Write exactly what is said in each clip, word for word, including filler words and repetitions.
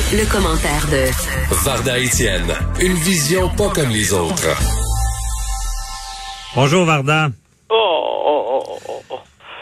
Le commentaire de Varda Étienne, une vision pas comme les autres. Bonjour Varda. Oh, oh, oh, oh, oh.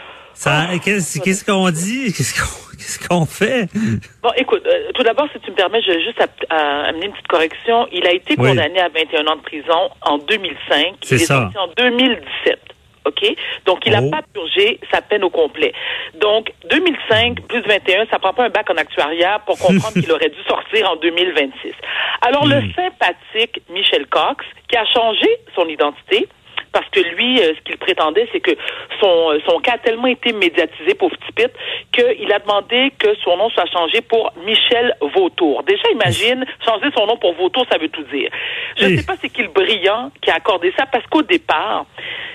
Ça, qu'est-ce, qu'est-ce qu'on dit? Qu'est-ce qu'on, qu'est-ce qu'on fait? Bon, écoute, euh, tout d'abord, si tu me permets, je vais juste à, à, amener une petite correction. Il a été Oui. condamné à vingt et un ans de prison en deux mille cinq. C'est Il est ça. sorti en deux mille dix-sept. OK? Donc, il n'a Oh. pas purgé sa peine au complet. Donc, deux mille cinq plus vingt et un, ça prend pas un bac en actuariat pour comprendre qu'il aurait dû sortir en deux mille vingt-six. Alors, le sympathique Michel Cox, qui a changé son identité, parce que lui, euh, ce qu'il prétendait, c'est que son euh, son cas a tellement été médiatisé, pauvre petit pit, qu'il a demandé que son nom soit changé pour Michel Vautour. Déjà, imagine, changer son nom pour Vautour, ça veut tout dire. Je ne sais pas c'est qui le brillant qui a accordé ça, parce qu'au départ,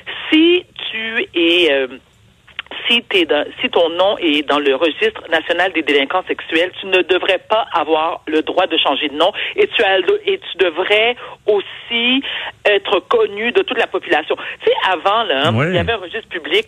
si tu es... Euh, Si, t'es dans, si ton nom est dans le registre national des délinquants sexuels, tu ne devrais pas avoir le droit de changer de nom et tu as et tu devrais aussi être connu de toute la population. Tu sais, avant, là, hein, Oui. il y avait un registre public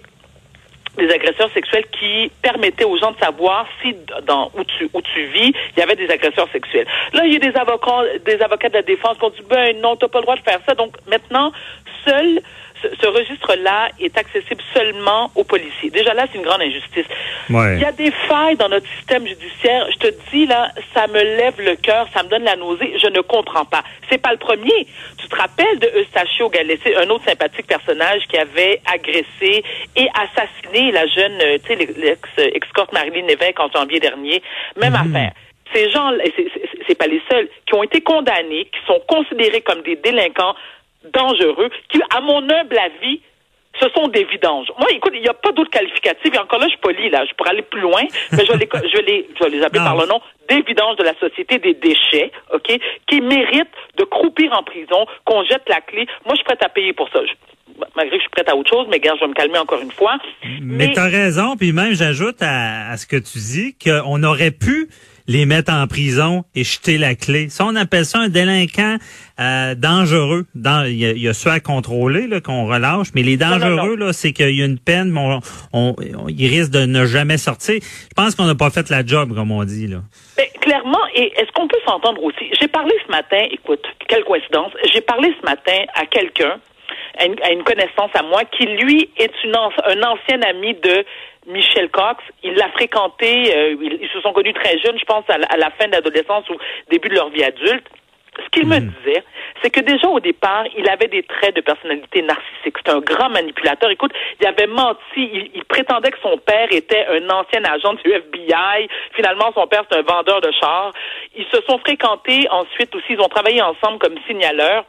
des agresseurs sexuels qui permettait aux gens de savoir si dans où tu où tu vis, il y avait des agresseurs sexuels. Là, il y a des avocats des avocats de la défense qui ont dit ben non, t'as pas le droit de faire ça. Donc maintenant, seul ce, ce registre-là est accessible seulement aux policiers. Déjà là, c'est une grande injustice. Ouais. Il y a des failles dans notre système judiciaire. Je te dis là, ça me lève le cœur, ça me donne la nausée. Je ne comprends pas. C'est pas le premier. Tu te rappelles de Eustachio Galessé, un autre sympathique personnage qui avait agressé et assassiné la jeune, euh, tu sais, l'ex-escorte Marilyn Lévesque en janvier dernier. Même Mhm. affaire. Ces gens, c'est, c'est, c'est pas les seuls, qui ont été condamnés, qui sont considérés comme des délinquants dangereux, qui, à mon humble avis, ce sont des vidanges. Moi, écoute, il n'y a pas d'autre qualificatif. Et encore là, je suis poli, là. Je pourrais aller plus loin, mais je vais les, je vais les, je vais les appeler Non. par le nom des vidanges de la société des déchets, OK, qui méritent de croupir en prison, qu'on jette la clé. Moi, je suis prête à payer pour ça. Je, malgré que je suis prête à autre chose, mais gars, je vais me calmer encore une fois. Mais, Mais t'as raison, puis même j'ajoute à, à ce que tu dis qu'on aurait pu les mettre en prison et jeter la clé. Ça, on appelle ça un délinquant euh, dangereux. Dans, il y a, il y a ceux à contrôler là qu'on relâche, mais les dangereux Non, non, non. là, c'est qu'il y a une peine, mais on, on, on, ils risquent de ne jamais sortir. Je pense qu'on n'a pas fait la job, comme on dit là. Ben, clairement, et est-ce qu'on peut s'entendre aussi? J'ai parlé ce matin, écoute, quelle coïncidence, j'ai parlé ce matin à quelqu'un, à une, à une connaissance à moi, qui lui est une an- un ancien ami de Michel Cox. Il l'a fréquenté, euh, ils, ils se sont connus très jeunes, je pense, à la, à la fin de l'adolescence ou début de leur vie adulte. Ce qu'il me disait, c'est que déjà au départ, il avait des traits de personnalité narcissique. C'est un grand manipulateur. Écoute, il avait menti. Il, il prétendait que son père était un ancien agent du F B I. Finalement, son père, c'est un vendeur de chars. Ils se sont fréquentés ensuite aussi. Ils ont travaillé ensemble comme signaleurs.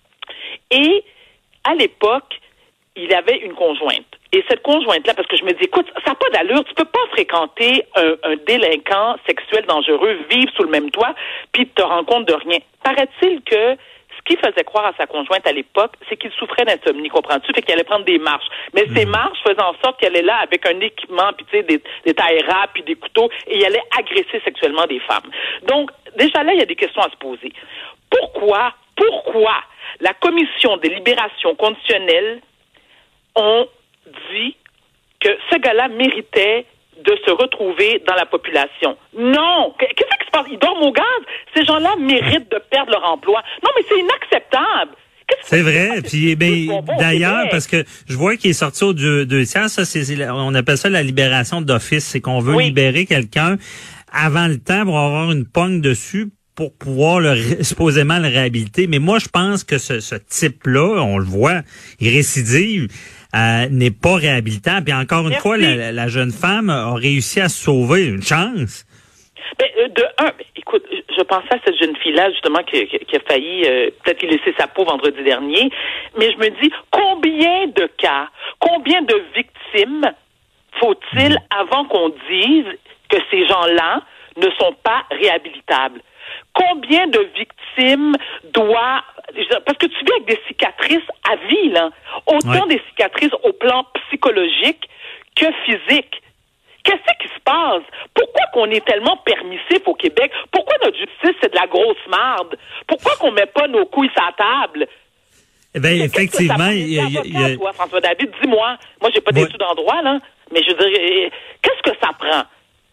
Et à l'époque, il avait une conjointe. Et cette conjointe-là, parce que je me dis, écoute, ça n'a pas d'allure, tu peux pas fréquenter un, un délinquant sexuel dangereux, vivre sous le même toit, puis te rendre compte de rien. Paraît-il que ce qui faisait croire à sa conjointe à l'époque, c'est qu'il souffrait d'insomnie, comprends-tu? Fait qu'il allait prendre des marches. Mais ces marches faisaient en sorte qu'elle est là avec un équipement, puis tu sais, des, des tailles rap, puis des couteaux, et il allait agresser sexuellement des femmes. Donc, déjà là, il y a des questions à se poser. Pourquoi, pourquoi la Commission des libérations conditionnelles ont dit que ce gars-là méritait de se retrouver dans la population? Non! Qu'est-ce qui se passe? Ils dorment au gaz? Ces gens-là méritent de perdre leur emploi. Non, mais c'est inacceptable! Qu'est-ce C'est que vrai. c'est? Puis ben, C'est bonbon, d'ailleurs, c'est parce que je vois qu'il est sorti au deux, deux tiers, ça, c'est, c'est la- on appelle ça la libération d'office. C'est qu'on veut Oui. libérer quelqu'un avant le temps pour avoir une pogne dessus pour pouvoir le ré- supposément le réhabiliter. Mais moi, je pense que ce, ce type-là, on le voit, il récidive, euh, n'est pas réhabilitable. Et encore une Merci. fois, la, la jeune femme a réussi à se sauver. Une chance. Ben, euh, de un, ben, écoute, je pensais à cette jeune fille-là, justement, qui, qui, qui a failli euh, peut-être y laisser sa peau vendredi dernier, mais je me dis, combien de cas, combien de victimes faut-il avant qu'on dise que ces gens-là ne sont pas réhabilitables? Combien de victimes doit... Parce que tu vis avec des cicatrices à vie, là. Autant Ouais. des cicatrices au plan psychologique que physique. Qu'est-ce qui se passe? Pourquoi qu'on est tellement permissif au Québec? Pourquoi notre justice, c'est de la grosse marde? Pourquoi qu'on met pas nos couilles sur la table? Eh bien, effectivement, il y a... il il y a- toi, François David, dis-moi. Moi, j'ai pas Ouais. d'études en droit, là. Mais je veux dire, euh, qu'est-ce que ça prend?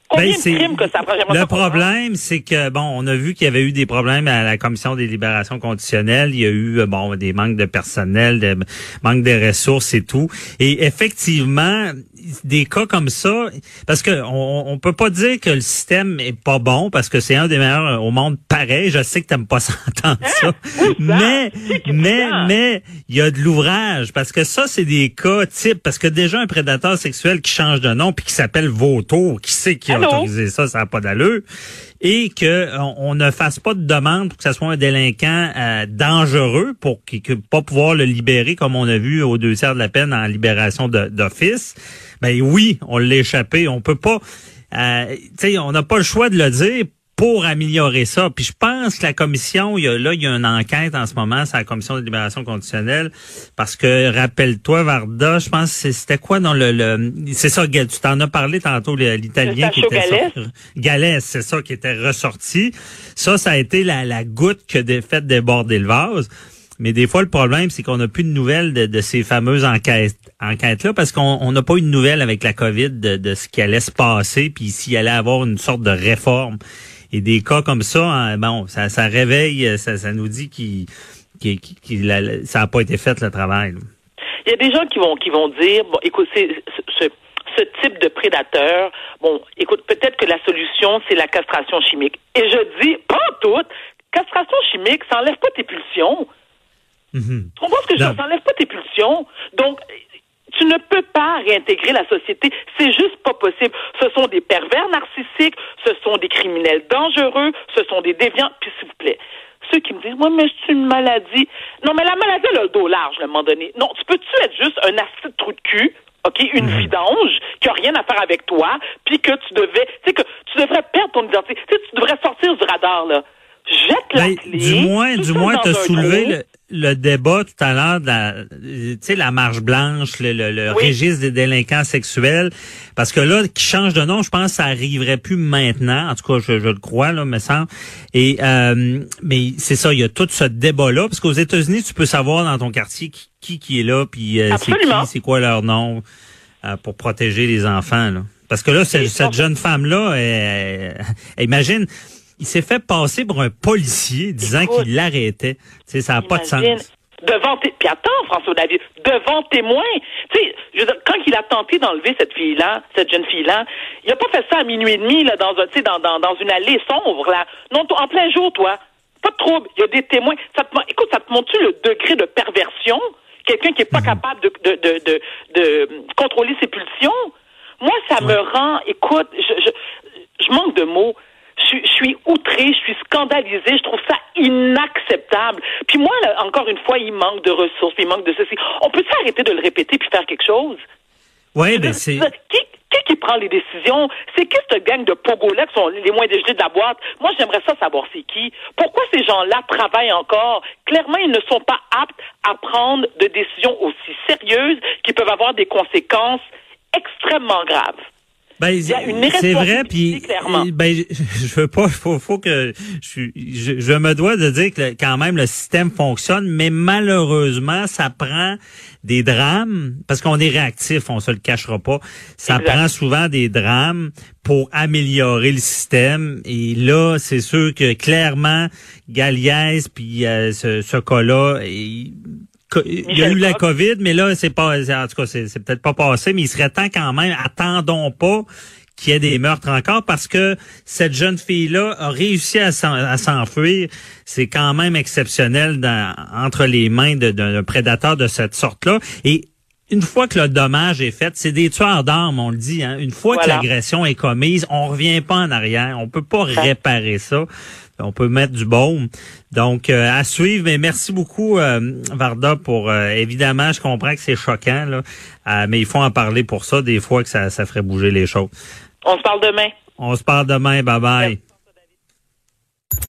Combien Ben, de crimes que ça prend? Le problème, c'est que, bon, on a vu qu'il y avait eu des problèmes à la Commission des libérations conditionnelles. Il y a eu, bon, des manques de personnel, des manques de ressources et tout. Et effectivement, des cas comme ça, parce que on, on peut pas dire que le système est pas bon, parce que c'est un des meilleurs au monde pareil. Je sais que t'aimes pas s'entendre Hein? ça. Oui, mais, ça. mais, ça. mais, il y a de l'ouvrage, parce que ça, c'est des cas types, parce que déjà un prédateur sexuel qui change de nom puis qui s'appelle Vautour, qui sait qui a Allô? autorisé ça, ça n'a pas d'allure, et que on, on ne fasse pas de demande pour que ça soit un délinquant euh, dangereux pour qu'il ne pas pouvoir le libérer comme on a vu aux deux tiers de la peine en libération de, d'office. Ben oui, on l'a échappé. On peut pas, euh, tu sais, on n'a pas le choix de le dire pour améliorer ça. Puis je pense que la commission, il y a, là, il y a une enquête en ce moment, c'est la commission de libération conditionnelle, parce que, rappelle-toi, Varda, je pense que c'était quoi dans le, le c'est ça, tu t'en as parlé tantôt, l'Italien qui était sorti. Galès, c'est ça, qui était ressorti. Ça, ça a été la, la goutte qui a fait déborder le vase. Mais des fois, le problème, c'est qu'on n'a plus de nouvelles de, de ces fameuses enquêtes, enquêtes-là, parce qu'on n'a pas eu de nouvelles avec la COVID de, de ce qui allait se passer, puis s'il allait avoir une sorte de réforme. Et des cas comme ça, hein, bon, ça, ça réveille, ça, ça nous dit qu'il, qu'il, qu'il, qu'il ça n'a pas été fait le travail. Là. Il y a des gens qui vont qui vont dire, bon, écoute, c'est, ce, ce type de prédateur, bon, écoute, peut-être que la solution, c'est la castration chimique. Et je dis, pas toute, castration chimique, ça enlève pas tes pulsions. Mm-hmm. Tu comprends ce que je veux dire? Ça enlève pas tes pulsions. Donc, tu ne peux pas réintégrer la société. C'est juste pas possible. Ce sont des pervers narcissiques, ce sont des criminels dangereux, ce sont des déviants. Puis, s'il vous plaît, ceux qui me disent, ouais, mais c'est une maladie. Non, mais la maladie, elle a le dos large, à un moment donné. Non, tu peux-tu être juste un acide trou de cul, OK, une mmh. vidange, qui a rien à faire avec toi, puis que tu devais, tu sais, que tu devrais perdre ton identité. Tu sais, tu devrais sortir du radar, là. Jette la ben, clé. Du moins, du moins, t'as soulevé le, le débat tout à l'heure de la, tu sais, la marche blanche, le, le, le oui. registre des délinquants sexuels. Parce que là, qui change de nom, je pense que ça arriverait plus maintenant. En tout cas, je, je le crois, là, me semble. Et, euh, mais c'est ça, il y a tout ce débat-là. Parce qu'aux États-Unis, tu peux savoir dans ton quartier qui, qui, qui est là, puis euh, c'est qui, c'est quoi leur nom, euh, pour protéger les enfants, là. Parce que là, c'est, cette jeune femme-là, elle, elle, imagine, il s'est fait passer pour un policier disant Écoute, qu'il l'arrêtait. Tu sais, ça n'a pas de sens. Devant tes... Puis attends, François David, devant témoin. Tu sais, je veux dire, quand il a tenté d'enlever cette fille-là, cette jeune fille-là, il a pas fait ça à minuit et demi, là, dans un, tu sais, dans, dans, dans une allée sombre, là. Non, en plein jour, toi. Pas de trouble. Il y a des témoins. Ça te... Écoute, ça te montre-tu le degré de perversion? Quelqu'un qui est pas mm-hmm. capable de, de, de, de, de contrôler ses pulsions? Moi, ça ouais. me rend, écoute, je, je, je manque de mots. Je, je suis outrée, je suis scandalisée, je trouve ça inacceptable. Puis moi, là, encore une fois, il manque de ressources, il manque de ceci. On peut arrêter de le répéter puis faire quelque chose? Oui, ben c'est... Qui, qui qui prend les décisions? C'est qui cette gang de pogos-là qui sont les moins dégelés de la boîte? Moi, j'aimerais ça savoir c'est qui. Pourquoi ces gens-là travaillent encore? Clairement, ils ne sont pas aptes à prendre de décisions aussi sérieuses qui peuvent avoir des conséquences extrêmement graves. Ben, c'est vrai, puis ben je veux pas, faut, faut que je, je, je me dois de dire que quand même le système fonctionne, mais malheureusement ça prend des drames parce qu'on est réactif, on se le cachera pas. Ça exact. Prend souvent des drames pour améliorer le système. Et là, c'est sûr que clairement Galiès puis euh, ce, ce cas-là. Et, il y a eu la COVID, mais là, c'est pas, en tout cas, c'est, c'est peut-être pas passé, mais il serait temps quand même, attendons pas qu'il y ait des meurtres encore, parce que cette jeune fille-là a réussi à, s'en, à s'enfuir. C'est quand même exceptionnel dans, entre les mains de, d'un prédateur de cette sorte-là. Et une fois que le dommage est fait, c'est des tueurs d'armes, on le dit, hein. Une fois voilà. que l'agression est commise, on revient pas en arrière. On peut pas réparer ça. On peut mettre du baume. Donc, euh, à suivre. Mais merci beaucoup, euh, Varda, pour... Euh, évidemment, je comprends que c'est choquant, là, euh, mais il faut en parler pour ça, des fois que ça, ça ferait bouger les choses. On se parle demain. On se parle demain. Bye-bye. Merci.